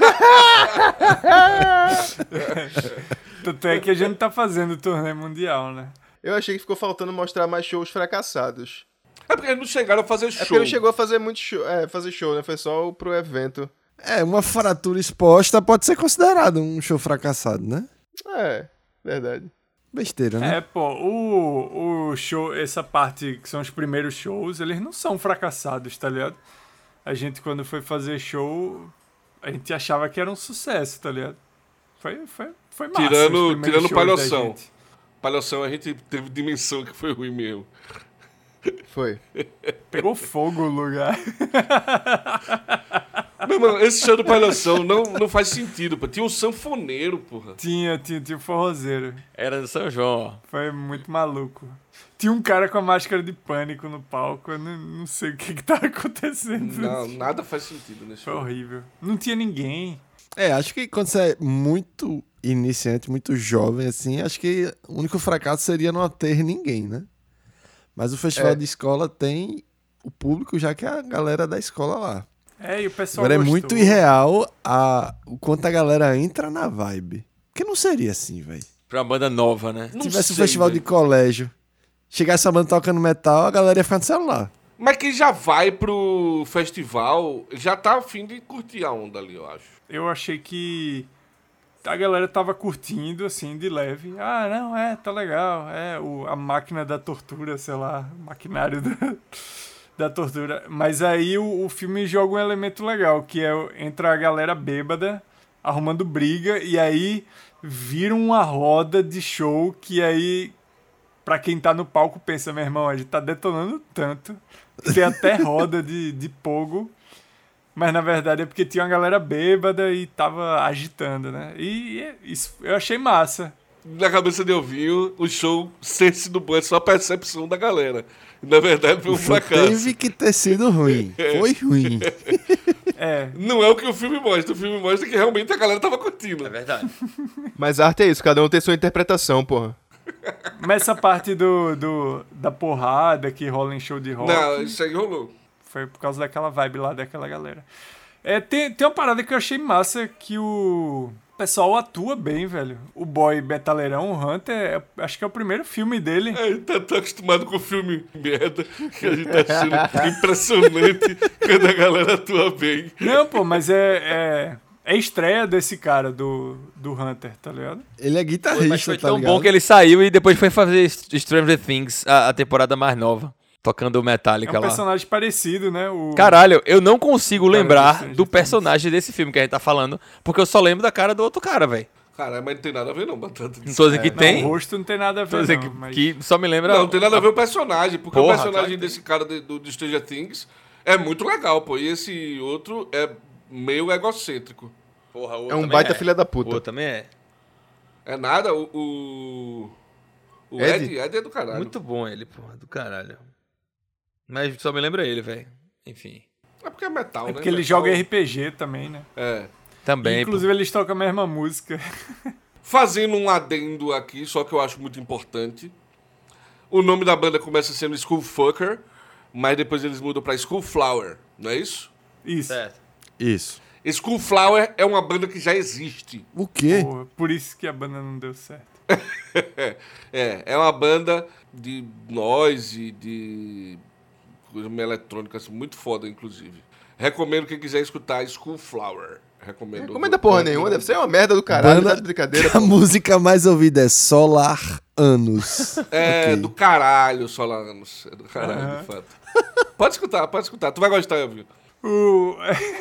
Tanto é que a gente tá fazendo turnê mundial, né? Eu achei que ficou faltando mostrar mais shows fracassados. É porque eles não chegaram a fazer É show. porque ele chegou a fazer muito show, é, fazer show, né? Foi só pro evento. É, uma fratura exposta pode ser considerado um show fracassado, né? É, verdade. Besteira, né? É, pô, o, o show, essa parte que são os primeiros shows, eles não são fracassados, tá ligado? A gente, quando foi fazer show, a gente achava que era um sucesso, tá ligado? Foi, foi, foi massa. Tirando- os primeiros tirando shows Palhação. da gente. Palhação, a gente teve dimensão que foi ruim mesmo. Foi. Pegou fogo o lugar. Meu irmão, esse show do Palhação não, não faz sentido, pô. Tinha um sanfoneiro, porra. tinha, tinha, tinha o forrozeiro. Era do São João, ó. Foi muito maluco. Tinha um cara com a máscara de pânico no palco. Eu não, não sei o que que tá acontecendo. Não, nada faz sentido nesse Foi show. horrível. Não tinha ninguém. É, acho que quando você é muito iniciante, muito jovem, assim, acho que o único fracasso seria não ter ninguém, né? Mas o festival É. de escola tem o público, já que é a galera da escola lá. É, e o pessoal Agora é gostou. muito irreal a, o quanto a galera entra na vibe. Porque não seria assim, velho. Pra uma banda nova, né? Não Se tivesse um sei, festival velho. de colégio, chegasse a banda tocando metal, a galera ia ficar no celular. Mas quem já vai pro festival já tá a fim de curtir a onda ali, eu acho. Eu achei que a galera tava curtindo, assim, de leve. Ah, não, é, tá legal. É o, a máquina da tortura, sei lá, o maquinário da, da tortura. Mas aí o, o filme joga um elemento legal, que é o- entra a galera bêbada arrumando briga e aí vira uma roda de show que aí, pra quem tá no palco, pensa, meu irmão, a gente tá detonando tanto. Tem até roda de, de pogo. Mas na verdade é porque tinha uma galera bêbada e tava agitando, né? E é isso eu achei massa. Na cabeça de Elvinho, o show ser sido bom é só a percepção da galera. E, na verdade foi um O show fracasso. teve que ter sido ruim. Foi ruim. É, Não é o que o filme mostra. O filme mostra que realmente a galera tava curtindo. É verdade. Mas a arte é isso, cada um tem sua interpretação, porra. mas essa parte do, do, da porrada que rola em show de rock Não, isso aí rolou. foi por causa daquela vibe lá daquela galera. É, tem, tem uma parada que eu achei massa que o pessoal atua bem, velho. O boy metaleirão, o Hunter, é- acho que é o primeiro filme dele. A gente tá tão acostumado com o filme merda que a gente tá achando impressionante quando a galera atua bem. Não, pô, mas é, é, é estreia desse cara, do, do Hunter, tá ligado? Ele é Mas guitarrista, foi tá tão ligado? bom que ele saiu e depois foi fazer Stranger Things, a, a temporada mais nova. Tocando o É Metallica um lá. personagem parecido, né? O... Caralho, eu não consigo cara do lembrar Stranger do Things. personagem desse filme que a gente tá falando, porque eu só lembro da cara do outro cara, velho. Caralho, mas não tem nada a ver não, Batata. Não tô dizendo que Não, tem, o rosto não tem nada a tô ver, dizendo não, que, mas... que só me lembra... Não, não tem nada a ver o personagem, porque Porra, o personagem claro que desse cara de- do, do Stranger Things é muito legal, pô. E esse outro é meio egocêntrico. Porra, o É um baita filha da puta. Pô, também é. É nada, o... O, o Ed? Ed, Ed é do caralho. Muito bom ele, porra, do caralho. Mas só me lembra ele, velho. Enfim. É porque é metal, É né? porque ele Metal- joga R P G também, né? É. Também, Inclusive eles tocam a mesma música. Fazendo um adendo aqui, só que eu acho muito importante. O nome da banda começa sendo Skullfucker, mas depois eles mudam pra Skullflower, não é isso? Isso. certo. Isso. Skullflower é uma banda que já existe. O quê? Porra, por isso que a banda não deu certo. É, é uma banda de noise, de coisa meio eletrônica, assim, muito foda, inclusive. Recomendo quem quiser escutar Skullflower. Recomendo. Recomenda porra nenhuma, deve ser uma merda do caralho, tá de brincadeira. que a música mais ouvida é Solar Anos. É Ok. do caralho, Solanos. É do caralho, Aham. de fato. Pode escutar, pode escutar. Tu vai gostar, Elvio. O...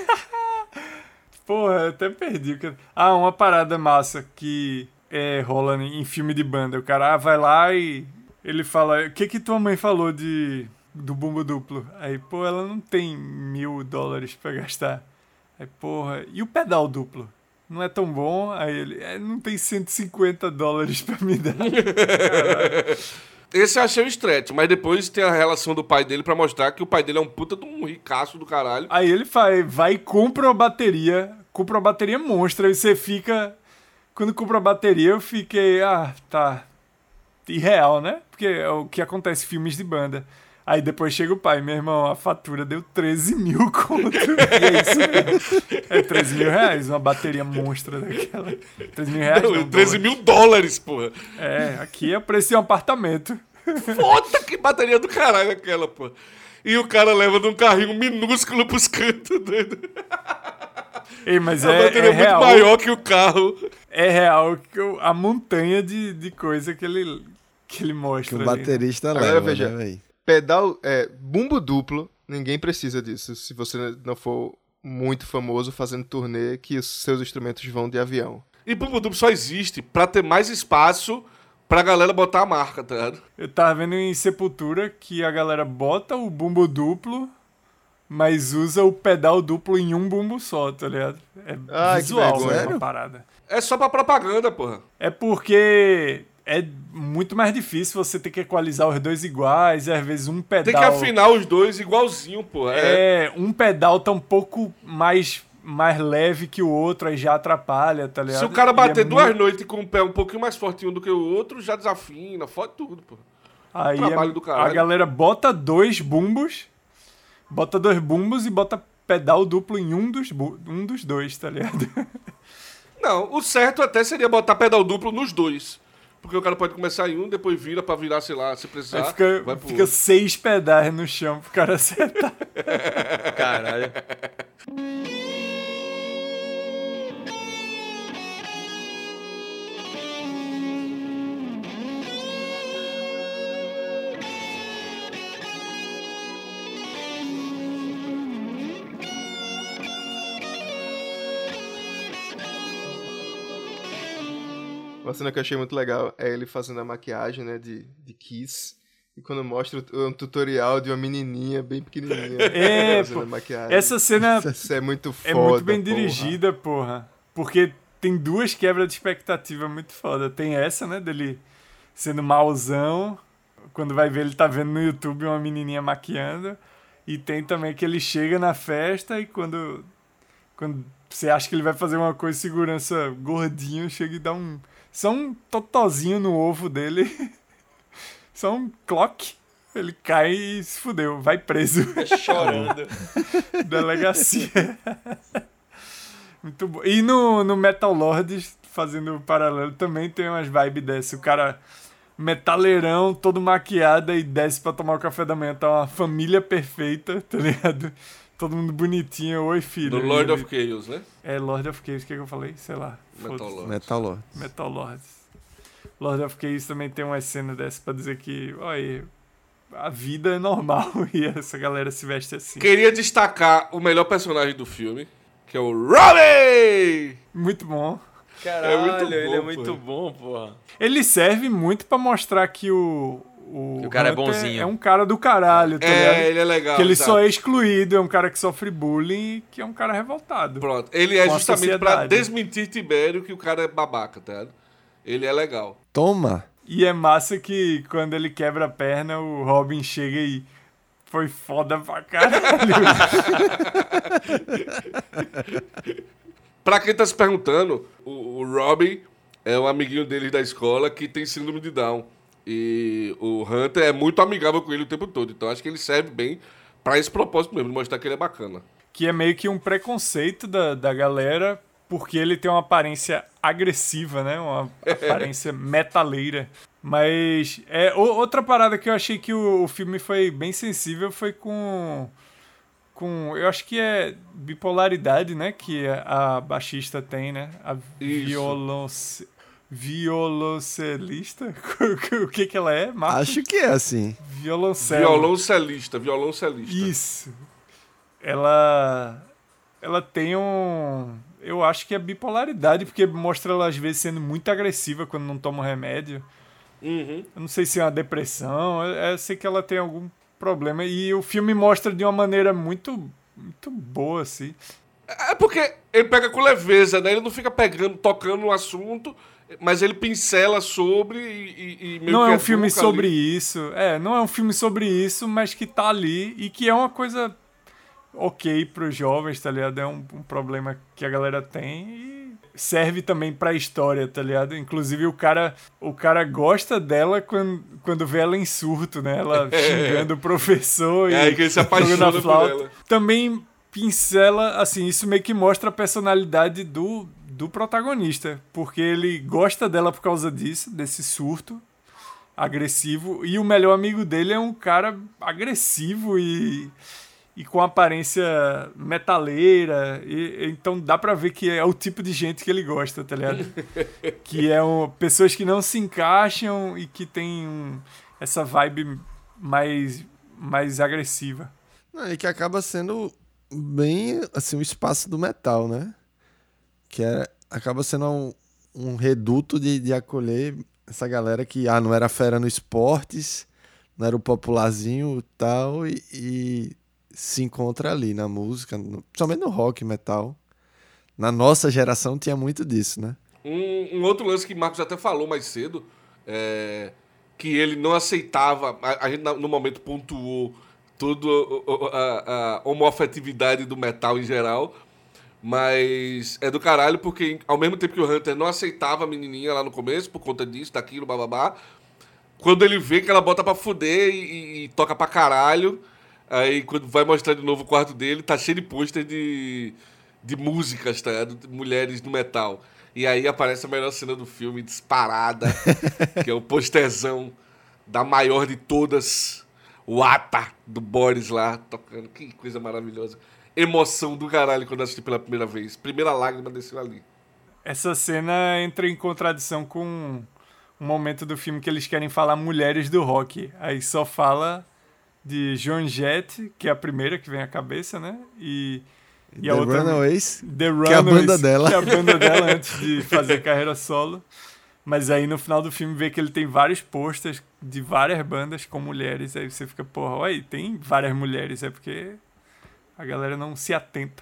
Porra, eu até perdi. o que- Ah, uma parada massa que é, rola em filme de banda. O cara ah, vai lá e Ele fala, o que que tua mãe falou de, do bumbo duplo? Aí, pô, ela não tem mil dólares pra gastar. Aí, porra, e o pedal duplo? Não é tão bom? Aí ele, é, não tem cento e cinquenta dólares pra me dar. Caralho. Esse eu achei o stretch, mas depois tem a relação do pai dele pra mostrar que o pai dele é um puta de um ricaço do caralho. Aí ele vai, vai e compra uma bateria, compra uma bateria monstra, e você fica... Quando compra a bateria, eu fiquei, ah, tá, irreal, né? Porque é o que acontece em filmes de banda. Aí depois chega o pai, meu irmão, a fatura deu treze mil conto. E é isso mesmo. É treze mil reais, uma bateria monstra daquela. treze mil reais, Não, não, treze dólares. mil dólares, porra. É, aqui é o preço de um apartamento. Foda que bateria do caralho aquela, pô. E o cara leva num carrinho minúsculo pros cantos, doido. Ei, mas A é, bateria é é muito real. maior que o carro. É real que eu- a montanha de, de coisa que ele, que ele Que mostra. o ali, né? baterista Agora leva, veja. né, véi? Pedal, é, bumbo duplo, ninguém precisa disso. Se você não for muito famoso fazendo turnê, que os seus instrumentos vão de avião. E Bumbo Duplo só existe pra ter mais espaço pra galera botar a marca, tá ligado? Eu tava vendo em Sepultura que a galera bota o bumbo duplo, mas usa o pedal duplo em um bumbo só, tá ligado? É Ai, que visual, vergonha. né, Sério? uma parada. É só pra propaganda, porra. É porque é muito mais difícil você ter que equalizar os dois iguais, e às vezes um pedal... Tem que afinar os dois igualzinho, porra. É. É, um pedal tá um pouco mais, mais leve que o outro, aí já atrapalha, tá ligado? Se o cara E bater é duas muito- noites com um pé um pouquinho mais fortinho do que o outro, já desafina, fode tudo, porra. Aí Trabalho é- do caralho. a galera bota dois bumbos, bota dois bumbos e bota pedal duplo em um dos, bu- um dos dois, tá ligado? Não, o certo até seria botar pedal duplo nos dois. Porque o cara pode começar em um, depois vira pra virar, sei lá, se precisar. Aí fica, vai pro fica outro. seis pedais no chão pro cara acertar. Caralho. Uma cena que eu achei muito legal é ele fazendo a maquiagem, né, de, de Kiss. E quando mostra o- um tutorial de uma menininha bem pequenininha É, fazendo pô. a maquiagem. Essa cena Isso é muito foda, é muito bem porra. dirigida, porra. Porque tem duas quebras de expectativa muito foda. Tem essa, né, dele sendo mauzão. Quando vai ver, ele tá vendo no YouTube uma menininha maquiando. E tem também que ele chega na festa e quando, quando você acha que ele vai fazer uma coisa de segurança gordinho, chega e dá um... Só um totozinho no ovo dele. Só um clock. Ele cai e se fudeu. Vai preso. Chorando. Delegacia. Muito bom. E no, no Metal Lords, fazendo o paralelo, também tem umas vibes dessa. O cara metaleirão, todo maquiado e desce pra tomar o café da manhã. Tá uma família perfeita, tá ligado? Todo mundo bonitinho. Oi, filho. Do Lord E of ele- Chaos, né? É, Lord of Chaos. O que, que eu falei? Sei lá. Metal Foda-se. Lord. Metal Lord. Metal Lords. Lord of Chaos também tem uma cena dessa pra dizer que, olha, a vida é normal e essa galera se veste assim. Queria destacar o melhor personagem do filme, que é o Robbie! Muito bom. Caralho, É muito bom, ele é pô. muito bom, porra. Ele serve muito pra mostrar que o. O, Que o cara é Hunter bonzinho. É um cara do caralho, tá É, ligado? ele é legal. Que ele exato. só é excluído, é um cara que sofre bullying e que é um cara revoltado. Pronto. Ele é Com a justamente pra sociedade. desmentir Tibério que o cara é babaca, tá ligado? Ele é legal. Toma! E é massa que quando ele quebra a perna, o Robin chega e. Foi foda pra caralho. Pra quem tá se perguntando, o, o Robbie é um amiguinho dele da escola que tem síndrome de Down. E o Hunter é muito amigável com ele o tempo todo. Então acho que ele serve bem pra esse propósito mesmo, de mostrar que ele é bacana. Que é meio que um preconceito da, da galera, porque ele tem uma aparência agressiva, né? Uma aparência metaleira. Mas é, o- outra parada que eu achei que o, o filme foi bem sensível foi com... com eu acho que é bipolaridade, né? Que a, a baixista tem, né? A Isso. violonce, violoncelista? O que que ela é, Marcos? Acho que é assim. Violoncelo. Violoncelista, violoncelista. Isso. Ela. Ela tem um. Eu acho que é bipolaridade, porque mostra ela às vezes sendo muito agressiva quando não toma o remédio. Uhum. Eu não sei se é uma depressão, eu, eu sei que ela tem algum problema. E o filme mostra de uma maneira muito, muito boa, assim. É porque ele pega com leveza, né? Ele não fica pegando, tocando no assunto, mas ele pincela sobre e, e, e meio Não que é um filme educa sobre ali. isso. É, não é um filme sobre isso, mas que tá ali e que é uma coisa ok pros jovens, tá ligado? É um, um problema que a galera tem e serve também pra história, tá ligado? Inclusive o cara, o cara gosta dela quando, quando vê ela em surto, né? Ela xingando o professor É, e que ele se apaixona jogando a por flauta. ela. Também pincela, assim, isso meio que mostra a personalidade do, do protagonista, porque ele gosta dela por causa disso, desse surto agressivo, e o melhor amigo dele é um cara agressivo e, e com aparência metaleira, e, então dá pra ver que é o tipo de gente que ele gosta, tá ligado? Que é um, pessoas que não se encaixam e que tem um, essa vibe mais, mais agressiva. Não, e que acaba sendo bem, assim, o espaço do metal, né? Que é, acaba sendo um, um reduto de, de acolher essa galera que, ah, não era fera no esportes, não era o popularzinho e tal, e, e se encontra ali na música, no, principalmente no rock, metal. Na nossa geração tinha muito disso, né? Um, um outro lance que Marcos até falou mais cedo, é, que ele não aceitava, a, a gente no momento pontuou toda a, a homoafetividade do metal em geral, mas é do caralho porque ao mesmo tempo que o Hunter não aceitava a menininha lá no começo, por conta disso, daquilo, bababá, quando ele vê que ela bota pra fuder e, e, e toca pra caralho, aí quando vai mostrar de novo o quarto dele, tá cheio de pôster de, de músicas, tá? De mulheres no metal. E aí aparece a melhor cena do filme, disparada, que é o posterzão da maior de todas, o Ata, do Boris lá, tocando. Que coisa maravilhosa. Emoção do caralho quando eu assisti pela primeira vez. Primeira lágrima desceu ali. Essa cena entra em contradição com um momento do filme que eles querem falar mulheres do rock. Aí só fala de Joan Jett, que é a primeira que vem à cabeça, né? E, e The a outra... Runaways, The Runaways, que é a banda dela. Que é a banda dela antes de fazer carreira solo. Mas aí no final do filme vê que ele tem vários posters de várias bandas com mulheres. Aí você fica, porra, olha aí, tem várias mulheres. É porque a galera não se atenta.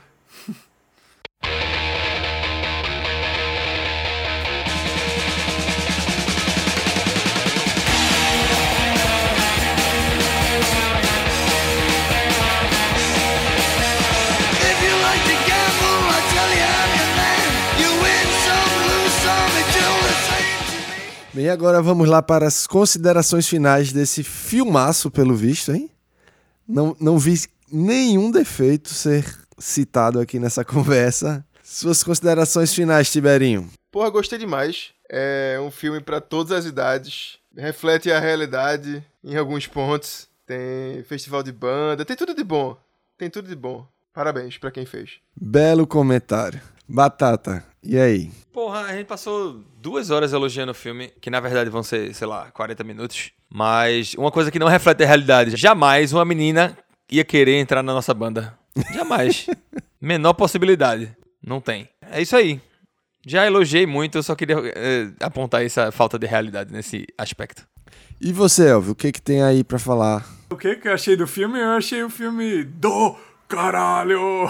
If you like to gamble, I tell you I'm your man. You win some, lose some, it's all the same to me. Bem, agora vamos lá para as considerações finais desse filmaço, pelo visto, hein? Não, não vi nenhum defeito ser citado aqui nessa conversa. Suas considerações finais, Tiberinho. Porra, gostei demais. É um filme pra todas as idades. Reflete a realidade em alguns pontos. Tem festival de banda, tem tudo de bom. Tem tudo de bom. Parabéns pra quem fez. Belo comentário. Batata, e aí? Porra, a gente passou duas horas elogiando o filme, que na verdade vão ser, sei lá, quarenta minutos. Mas uma coisa que não reflete a realidade. Jamais uma menina ia querer entrar na nossa banda. Jamais. Menor possibilidade. Não tem. É isso aí. Já elogiei muito, eu só queria é, apontar essa falta de realidade nesse aspecto. E você, Elvio, o que que tem aí pra falar? O que que eu achei do filme? Eu achei o filme do caralho!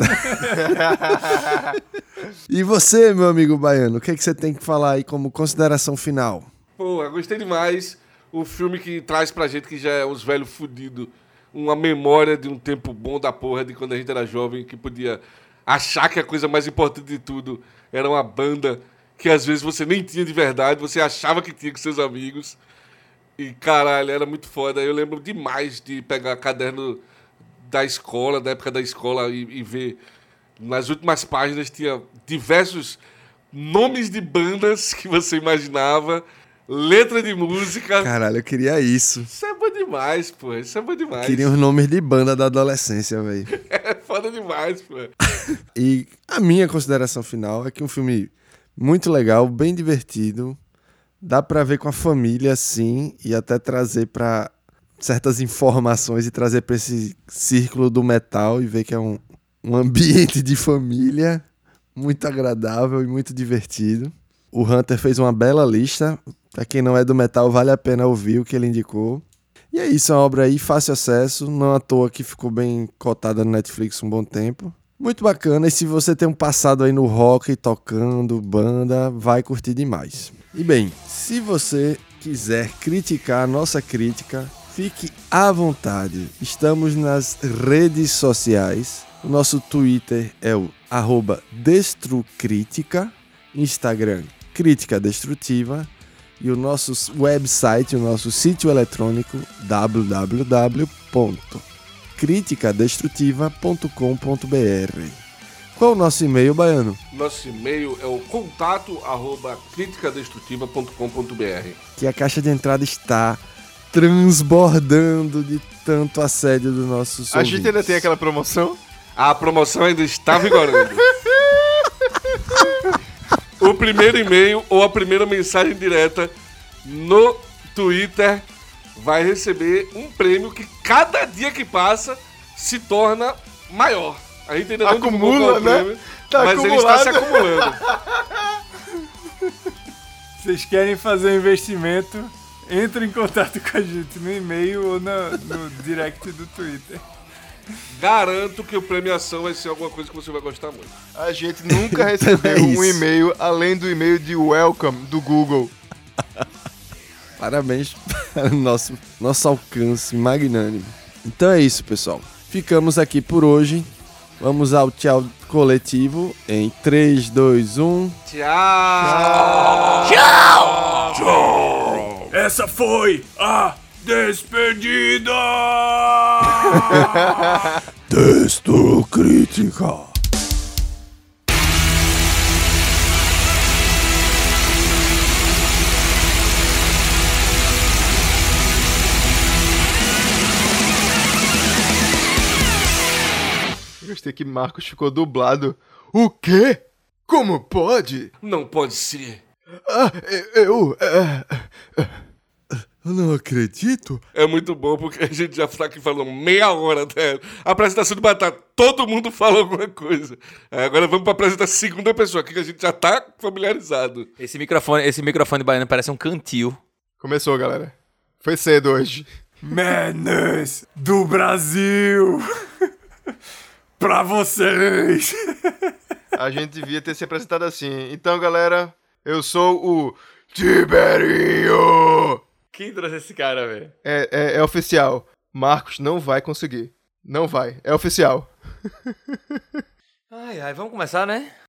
E você, meu amigo baiano, o que que você tem que falar aí como consideração final? Pô, eu gostei demais. O filme que traz pra gente que já é uns velhos fudidos, uma memória de um tempo bom da porra, de quando a gente era jovem, que podia achar que a coisa mais importante de tudo era uma banda que às vezes você nem tinha de verdade, você achava que tinha com seus amigos. E caralho, era muito foda. Eu lembro demais de pegar caderno da escola, da época da escola, e, e ver nas últimas páginas tinha diversos nomes de bandas que você imaginava, letra de música. Caralho, eu queria isso. Isso é bom demais, pô. Isso é bom demais. Queria os nomes de banda da adolescência, velho. É foda demais, pô. E a minha consideração final é que é um filme muito legal, bem divertido. Dá pra ver com a família, sim, e até trazer pra certas informações e trazer pra esse círculo do metal e ver que é um, um ambiente de família muito agradável e muito divertido. O Hunter fez uma bela lista Pra quem não é do metal, vale a pena ouvir o que ele indicou. E é isso, é uma obra aí, fácil acesso, não à toa que ficou bem cotada no Netflix um bom tempo. Muito bacana, e se você tem um passado aí no rock, tocando, banda, vai curtir demais. E bem, se você quiser criticar a nossa crítica, fique à vontade. Estamos nas redes sociais. O nosso Twitter é o arroba Destrucrítica, Instagram Crítica Destrutiva e o nosso website, o nosso sítio eletrônico w w w ponto crítica destrutiva ponto com ponto b r. Qual o nosso e-mail, Baiano? Nosso e-mail é o contato arroba crítica destrutiva ponto com ponto b r. Que a caixa de entrada está transbordando de tanto assédio dos nossos A ouvintes. gente ainda tem aquela promoção? A promoção ainda está vigorando. O primeiro e-mail ou a primeira mensagem direta no Twitter vai receber um prêmio que cada dia que passa se torna maior. A gente ainda não divulgou qual é Acumula, o né? prêmio, Tá mas ele está se acumulado. acumulando. Vocês querem fazer um investimento? Entre em contato com a gente no e-mail ou no, no direct do Twitter. Garanto que a premiação vai ser alguma coisa que você vai gostar muito. A gente nunca recebeu É um isso. e-mail além do e-mail de welcome do Google. Parabéns para o nosso, nosso alcance magnânimo. Então é isso, pessoal. Ficamos aqui por hoje. Vamos ao tchau coletivo em três, dois, um. Tchau! Essa foi a despedida! Destrucrítica. Gostei que Marcos ficou dublado. O quê? Como pode? Não pode ser. Ah, eu... é, Eu não acredito. É muito bom porque a gente já tá aqui falando meia hora até. A apresentação de batata, todo mundo fala alguma coisa. É, agora vamos pra apresentar a segunda pessoa aqui que a gente já tá familiarizado. Esse microfone, esse microfone baiano parece um cantil. Começou, galera. Foi cedo hoje. Madness do Brasil! Pra vocês! A gente devia ter se apresentado assim. Então, galera, eu sou o Tiberinho. Quem trouxe esse cara, velho? É, é, é oficial. Marcos não vai conseguir. Não vai. É oficial. Ai, ai, vamos começar, né?